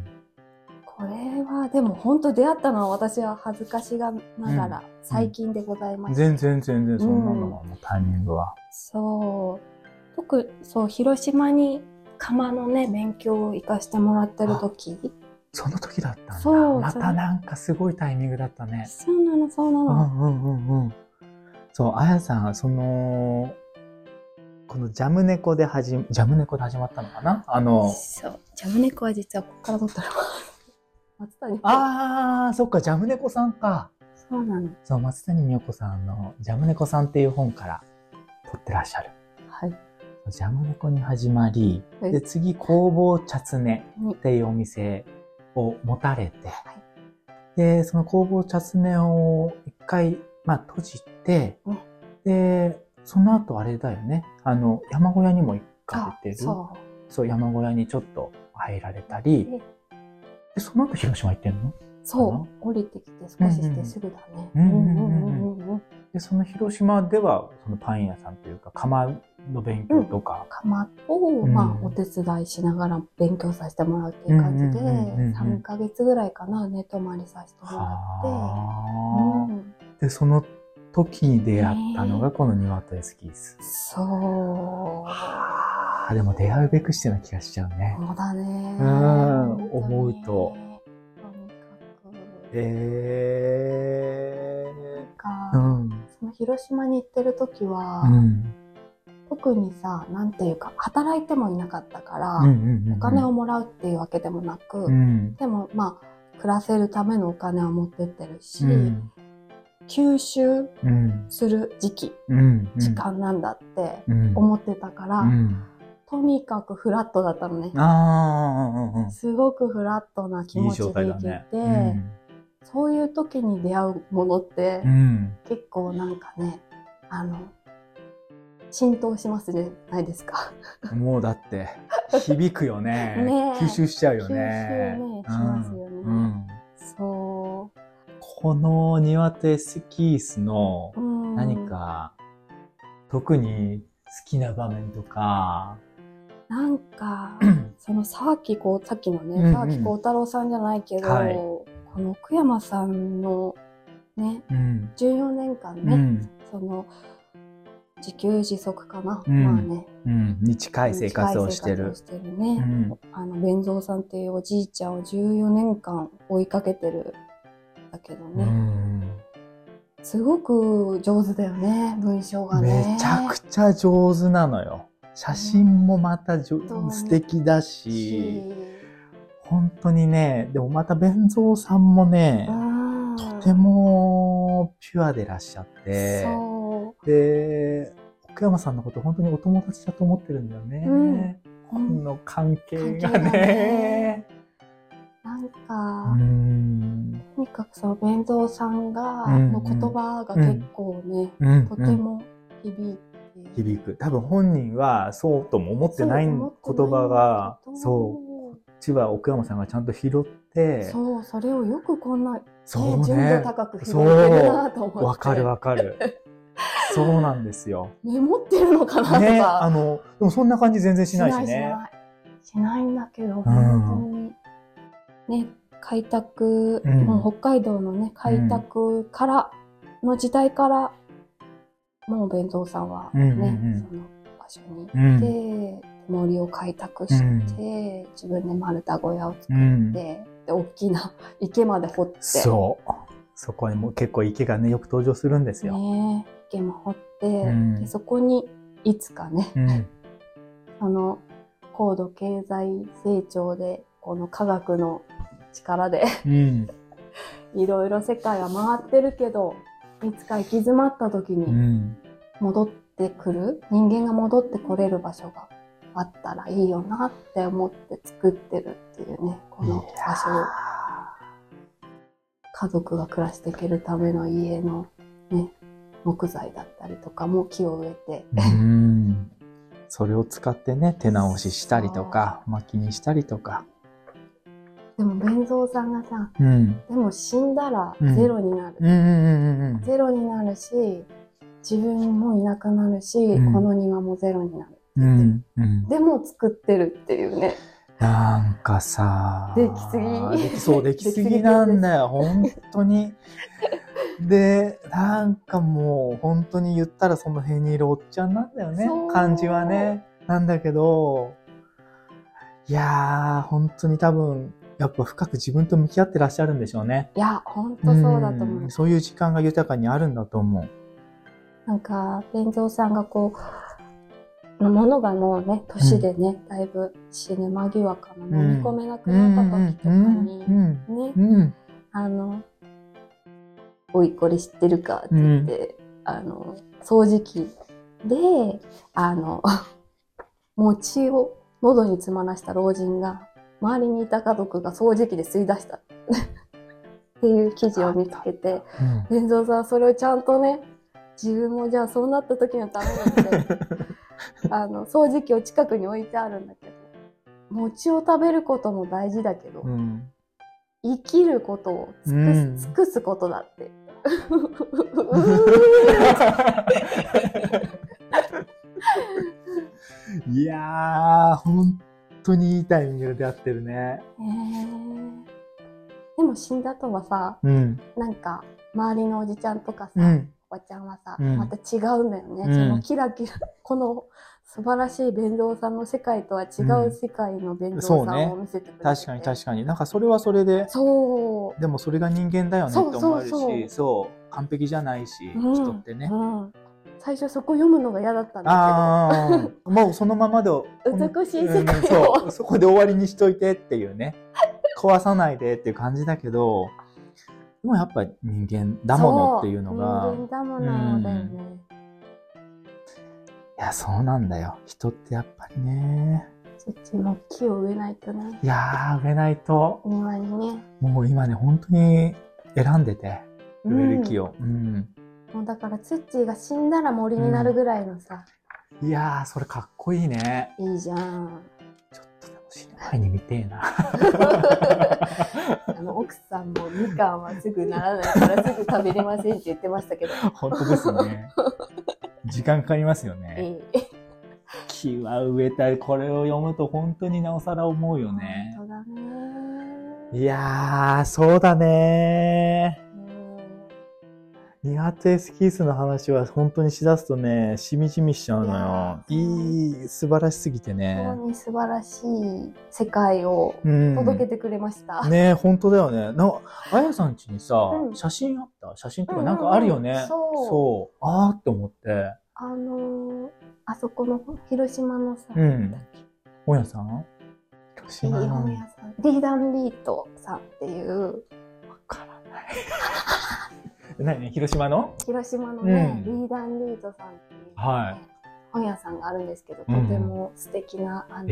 これはでも本当出会ったのは私は恥ずかしがながら最近でございました。 うん、全然全然そんなのは、うん、もうタイミングは。 そう。特そう広島に窯のね勉強を行かしてもらってる時。 その時だったんだ。そう。またなんかすごいタイミングだったね。 そうなのそうなの。 うんうんうんうん。そう、あやさんそのこのジャムネコで始ジャムネコで始まったのかな。あの。 そう。ジャムネコは実はここから撮ったの。松谷ああ、そっか、ジャムネコさんか。 そうなの。 そう、松谷美代子さんのジャムネコさんっていう本から撮ってらっしゃる。 はい。 ジャムネコに始まり、はい、で、次、工房茶常っていうお店を持たれて、はい、で、その工房茶常を一回、まあ、閉じて、うん、で、その後あれだよね、あの、山小屋にも行かれてる。そう。そう、山小屋にちょっと入られたり、で、その後広島行ってんの？ そう。降りてきて少ししてすぐだね。 で、その広島では、そのパン屋さんというか、窯の勉強とか。 うん、窯を、まあ、お手伝いしながら勉強させてもらうっていう感じで、さんかげつぐらいかな、寝泊まりさせてもらって。うん、 で、その時に出会ったのが、この庭とエスキース。 そう。 あ、でも出会うべくしてな気がしちゃうね。 そうだね。 うん、思うと。 えー、なんか、うん、その広島に行ってる時は、うん、特にさ、なんていうか、働いてもいなかったから、うんうんうんうん、お金をもらうっていうわけでもなく、うん、でもまあ、暮らせるためのお金を持ってってるし、うん、吸収する時期、うん、時間なんだって思ってたから、うんうんとにかくフラットだったのね。あー、うんうん、すごくフラットな気持ちで生きて、いいね、うん、そういう時に出会うものって、うん、結構なんかね、あの、浸透しますね、ないですか。 もうだって、響くよね。ね吸収しちゃうよね。 吸収ね、しますよね。うんうん、そう。 この庭とエスキースの何か、特に好きな場面とか、 なんか、その沢木こう、さっきのね、うんうん、沢木幸太郎さんじゃないけど、はい、この奥山さんのね、うん、じゅうよねんかんね、うん、その、自給自足かな、うん、まあね、 うん、に近い生活をしてる。 してるね。うん、あの、弁蔵さんっていうおじいちゃんをじゅうよねんかん追いかけてるんだけどね。うん、すごく上手だよね、文章がね。 めちゃくちゃ上手なのよ。写真もまたじょ素敵だし、本当にね、でもまた弁蔵さんもね、とてもピュアでいらっしゃって、で、奥山さんのこと本当にお友達だと思ってるんだよね。うん、この関係がね。 なんか、うん、とにかくその弁蔵さんが、の言葉が結構ね、うんうん、とても響いて、 響く。多分本人はそうとも思ってない言葉が、そう、こっちは奥山さんがちゃんと拾って、 そう、それをよくこんな、ね、 そうね、 純度高く拾えてるなと思って。 わかるわかる。そうなんですよ。 メモってるのかなとか。 ね、あの、でもそんな感じ全然しないしね。 しないしない。しないんだけど、本当に。ね、開拓、うん、もう北海道のね、開拓からの時代から、もう弁蔵さんはね、うんうんうん、その場所に行って、うん、森を開拓して、うん、自分で丸太小屋を作って、うん、で、大きな池まで掘って。 そう。そこにも結構池がね、よく登場するんですよ。 ね、池も掘って、うん、でそこにいつかね、うん、その高度経済成長で、この科学の力で、うん、いろいろ世界は回ってるけど、いつか行き詰まった時に戻ってくる、うん、人間が戻ってこれる場所があったらいいよなって思って作ってるっていうね、この場所を。家族が暮らしていけるための家のね、木材だったりとかも木を植えて。うん、 それを使ってね、手直ししたりとか、薪にしたりとか。 でも弁蔵さんがさ、うん、でも死んだらゼロになる。ゼロになるし、自分もいなくなるし、うん、この庭もゼロになるって言って、うんうん、でも作ってるっていうね。 なんかさ、 できすぎ。 できそう、できすぎなんだよ、本当に。で、なんかもう、本当に言ったらその辺にいるおっちゃんなんだよね、感じはね。なんだけど、いやー、本当に多分、やっぱ深く自分と向き合ってらっしゃるんでしょうね。 いや、本当そうだと思う。 うん、そういう時間が豊かにあるんだと思う。 なんか、弁蔵さんがこう、ものがもうね、年でね、うん、だいぶ死ぬ間際かな、飲み込めなくなった時とかに、ね、うん、あの、おい、これ知ってるかって言って、うん、あの、掃除機で、あの、餅を喉に詰まらした老人が、周りにいた家族が掃除機で吸い出したっていう記事を見つけて、弁蔵さんはそれをちゃんとね、自分もじゃあそうなった時のためにって、あの、掃除機を近くに置いてあるんだけど、餅を食べることも大事だけど、うん、生きることを尽くす、うん、尽くすことだって。 いやー、本当にいいタイミングで出会ってるね。 へー。でも死んだ後はさ、うん、なんか周りのおじちゃんとかさ、うん、おばちゃんはさ、うん、また違うんだよね。うん、そのキラキラ、この素晴らしい弁蔵さんの世界とは違う世界の弁蔵さんを見せてくれて、うんね、 確かに確かに。なんかそれはそれで、そう。でもそれが人間だよねって思えるし、そうそうそう、そう、完璧じゃないし、うん、人ってね。うん、 最初そこ読むのが嫌だったんだけど。もうそのままで、 美しい世界を、 うん、そう、そこで終わりにしといてっていうね。壊さないでっていう感じだけど、でもやっぱ人間だものっていうのが。 人間だものだよね、うん。いや、そうなんだよ。人ってやっぱりね。 そっちも木を植えないとね。 いやー、植えないと。 庭にね。 もう今ね、本当に選んでて、植える木を。うん。うん、 もうだからツッチーが死んだら森になるぐらいのさ。 うん、いやー、それかっこいいね。 いいじゃん。 ちょっとでも死ぬ前に見てえな。 あの奥さんもみかんはすぐならないからすぐ食べれませんって言ってましたけど。 本当ですね。時間かかりますよね。木は植えたい。これを読むと本当になおさら思うよね。 本当だね。 いやー、そうだねー。苦手スキースの話は本当にしだすとね、しみじみしちゃうのよ。いい、素晴らしすぎてね。 本当に素晴らしい世界を届けてくれました。 うん、ねえ、本当だよね。な、あやさん家にさ、うん、写真あった写真とかなんかあるよね。うんうんうん、そう。そう。あーって思って。 あのー、あそこの広島のさ、 うん。本屋さん広島の本屋さん。リーダンリートさんっていう。わからない。何広島の広島のね、うん、リーダンリートさんっていう、ね、はい、本屋さんがあるんですけど、とても素敵な、あの、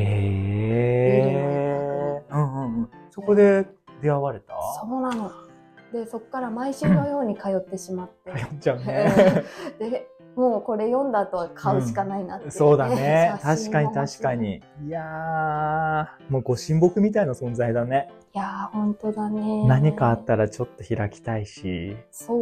えー、うんうんうん。そこで出会われた？ そうなの。で、そこから毎週のように通ってしまって。 通っちゃうね。 で、 もうこれ読んだ後は買うしかないなって、ね、 うん、そうだね。確かに確かに。いやー、もうご神木みたいな存在だね。 いやー、本当だね。 何かあったらちょっと開きたいし。 そう。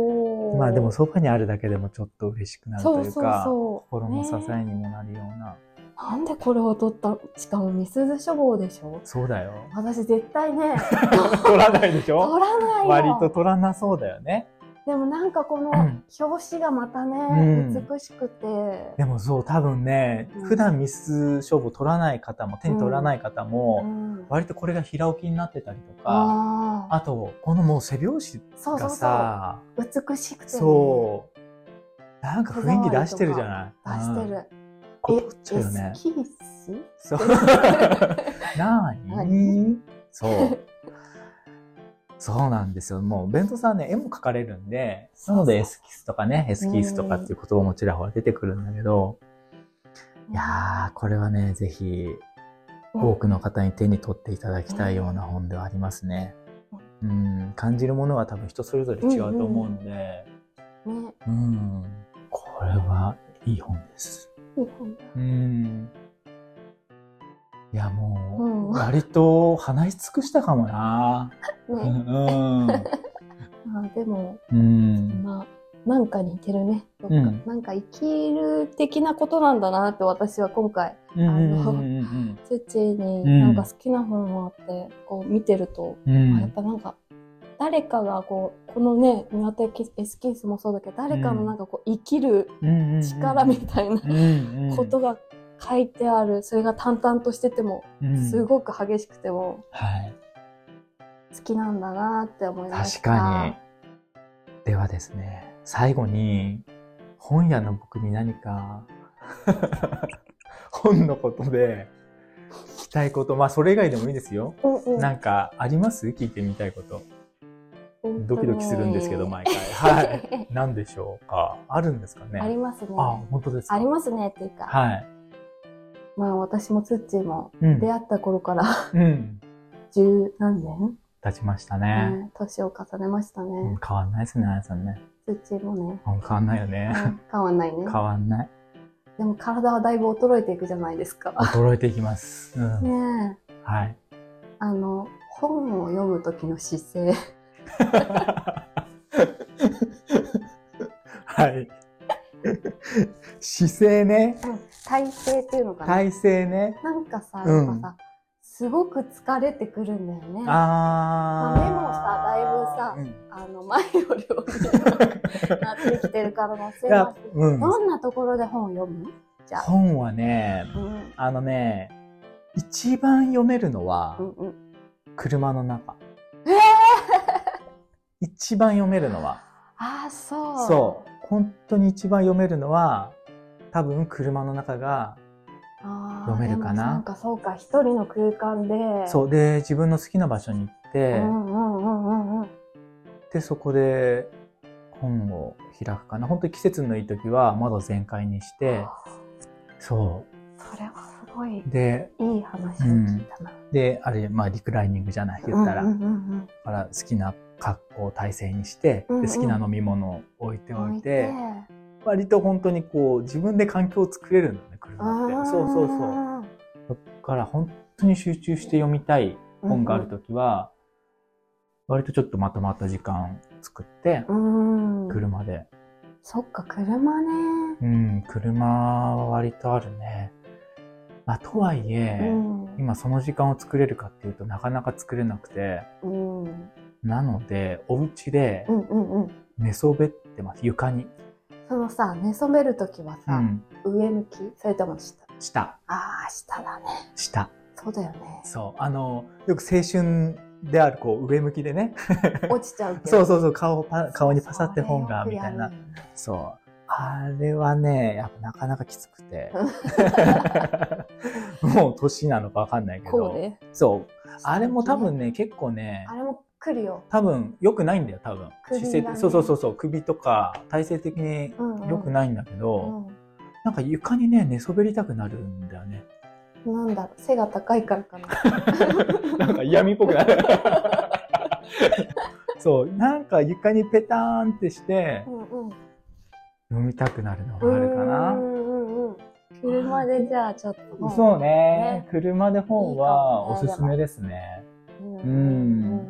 まあでもそばにあるだけでもちょっと嬉しくなるというか、そうそうそう、心の支えにもなるような。 なんでこれを取った？しかもみすゞ書房でしょ？ そうだよ。 私絶対ね。 取らないでしょ？ 取らないよ。 割と取らなそうだよね。 でもなんかこの表紙がまたね、うん、美しくて。 でもそう、多分ね、うん、普段みす書房取らない方も、手に取らない方も、うん、割とこれが平置きになってたりとか、あ, あと、このもう背表紙がさ、 そうそうそう、美しくて、ね。そう。 なんか雰囲気出してるじゃない？ 出してる。 これ取っちゃうよね。 エスキース？ そう。なーに？そう。そうなんですよ。もう、弁当さんね、絵も描かれるんで、なのでエスキスとかね、エスキースとかっていう言葉もちらほら出てくるんだけど、いやー、これはね、ぜひ、多くの方に手に取っていただきたいような本ではありますね。うん、感じるものは多分人それぞれ違うと思うので、うん、うん、これはいい本です。 いい本だ。 うん。いや、もう、割と話し尽くしたかもな。 ね、うん。あ、でも、うん、まあ、なんか似てるね。どっか、うん、なんか生きる的なことなんだなって私は今回、あの、ツッチーになんか好きな本があって、こう見てると、うん、やっぱなんか、誰かがこう、このね、庭手エスキースもそうだけど、誰かのなんかこう、生きる力みたいなことが書いてある。それが淡々としてても、すごく激しくても、はい。好きなんだなって思いました。 確かに。ではですね、最後に本屋の僕に何か本のことで聞きたいこと、まあそれ以外でもいいですよ。うんうん、なんかあります？聞いてみたいこと。ドキドキするんですけど毎回。はい。何でしょうか。あるんですかね。 ありますね。 あ、本当ですか。 ありますねっていうか。 はい。 まあ私もツッチーも出会った頃から、うん、十何年経ちましたね。 年、ね、を重ねましたね、 うん。変わんないですね、あやさんね。 ツッチーもね。 うん、変わんないよね、 うん。変わんないね。 変わんない。 でも体はだいぶ衰えていくじゃないですか。 衰えていきます。うん、ねえ。はい。 あの、本を読む時の姿勢。 はい。姿勢ね。 うん、体勢っていうのかな。 体勢ね。 なんかさ、やっぱさ、すごく疲れてくるんだよね。あ、まあ、目もさ、だいぶさ、うん、あの、前より大きくなってきてるからのせいだ。うん、どんなところで本を読む？じゃあ。 本はね、うん、あのね、一番読めるのは、うんうん、車の中。えー、一番読めるのは。 ああ、そう。 そう。本当に一番読めるのは、多分車の中が読めるかな。 なんかそうか、一人の空間で。 そう。で、自分の好きな場所に行って、うんうんうんうんうん、で、そこで本を開くかな。本当に季節のいい時は窓全開にして、そう。 それはすごいでいい話を聞いたな。 うん、で、あれ、まあリクライニングじゃない、言ったら。うんうんうんうん、だから好きな格好体勢にして、うんうん、で好きな飲み物を置いておいて、割と本当にこう自分で環境を作れるんだね、車って。そうそうそう。だから本当に集中して読みたい本があるときは、うんうん、割とちょっとまとまった時間作って、車で。 そっか、車ね。 うん、車は割とあるね。まあ、とはいえ、うん、今その時間を作れるかっていうとなかなか作れなくて、うん、なので、お家で寝そべってます、床に。 そのさ、寝そべるときはさ、うん、上向き？それとも下？ 下。 ああ、下だね。 下。 そうだよね。 そう。あの、よく青春である、こう、上向きでね。 落ちちゃうけど。 そうそうそう、顔パ、顔にパサって本が、みたいな。そう。あれはね、やっぱなかなかきつくて。もう年なのかわかんないけど。 こうね。 そう。あれも多分ね、結構ね。 あれも来るよ。 多分、良くないんだよ、多分。姿勢、ね、そうそうそうそう、首とか、体勢的に良くないんだけど、うんうん、なんか床にね、寝そべりたくなるんだよね。 なんだろう、背が高いからかな。 なんか嫌味っぽくなる。そう、なんか床にペターンってして、うんうん、 読みたくなるのがあるかな。 うんうんうん。車でじゃあちょっと。 そうね。車で本はおすすめですね。うん。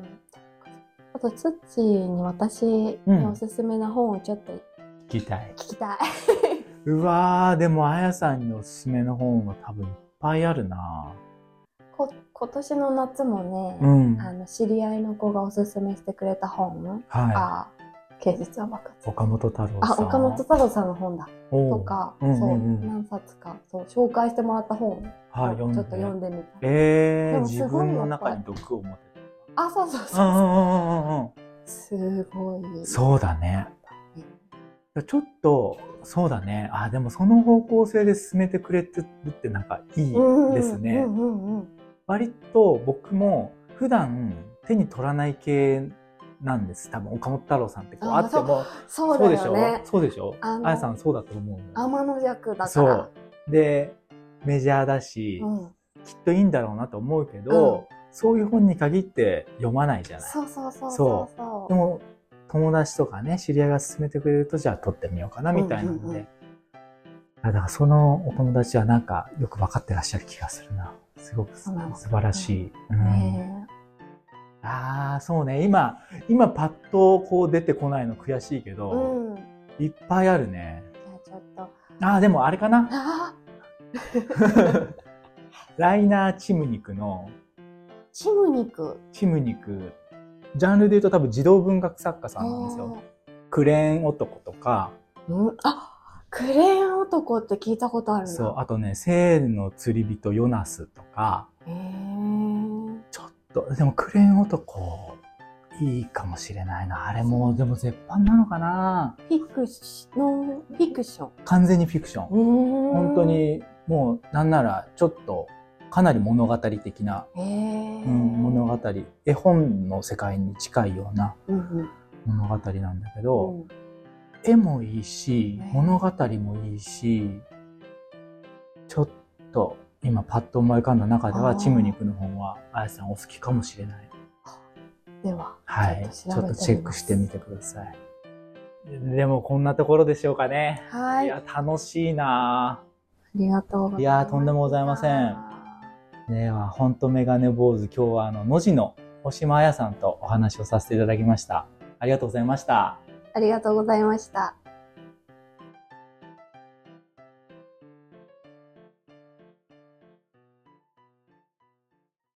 あと、ツッチーに私におすすめな本をちょっと聞きたい。 聞きたい。 うわー、でもあやさんにおすすめの本は多分いっぱいあるな。 こ今年の夏もね、うん、あの知り合いの子がおすすめしてくれた本、はい、あ芸術は爆発。 岡本太郎さん。 あ、岡本太郎さんの本だ。とか、うんうんうん、そう、何冊か、そう、紹介してもらった本を、はい、ちょっと読んでみた。 えー、でも自分の中に毒を持ってる。 あ、そうそうそうそう。うんうんうん、すごい。 そうだね。ちょっと、そうだね。あ、でもその方向性で進めてくれてるってなんかいいですね。割と僕も普段手に取らない系なんです。多分岡本太郎さんってこうあっても。 そうそうだよね。 そうでしょ？あやさんそうだと思う。 天の弱だから。 そう。で、メジャーだし、うん、きっといいんだろうなと思うけど、うん、そういう本に限って読まないじゃない。 そうそうそうそうそう。 でも友達とかね、知り合いが勧めてくれると、じゃあ撮ってみようかな、みたいなので。うんうんうん、だからそのお友達はなんかよく分かってらっしゃる気がするな。すごく素晴らしい。うん、ああ、そうね。今、今パッとこう出てこないの悔しいけど、うん、いっぱいあるね。 じゃあちょっと。ああ、でもあれかな。ライナー・チムニクの。 チムニクチムニク。ジャンルで言うと多分児童文学作家さんなんですよ。クレーン男とか。 うん、あ、クレーン男って聞いたことあるな。 そう。あとね、聖の釣り人ヨナスとか。へー。ちょっと、でもクレーン男、いいかもしれないな。あれも、でも絶版なのかな。 フィクション、フィクション。 完全にフィクション。本当に、もう、なんなら、ちょっと、かなり物語的な、うん、物語、絵本の世界に近いような物語なんだけど、うん、絵もいいし、物語もいいし、ちょっと今パッと思い浮かんだ中ではチムニクの本はあやさんお好きかもしれない。 では、 はい、ちょっとチェックしてみてください。でもこんなところでしょうかね。はい。いや、楽しいな。 ありがとうございます。 いや、とんでもございません。では、ほんとメガネ坊主、今日はあの、のじの大島彩さんとお話をさせていただきました。ありがとうございました。 ありがとうございました。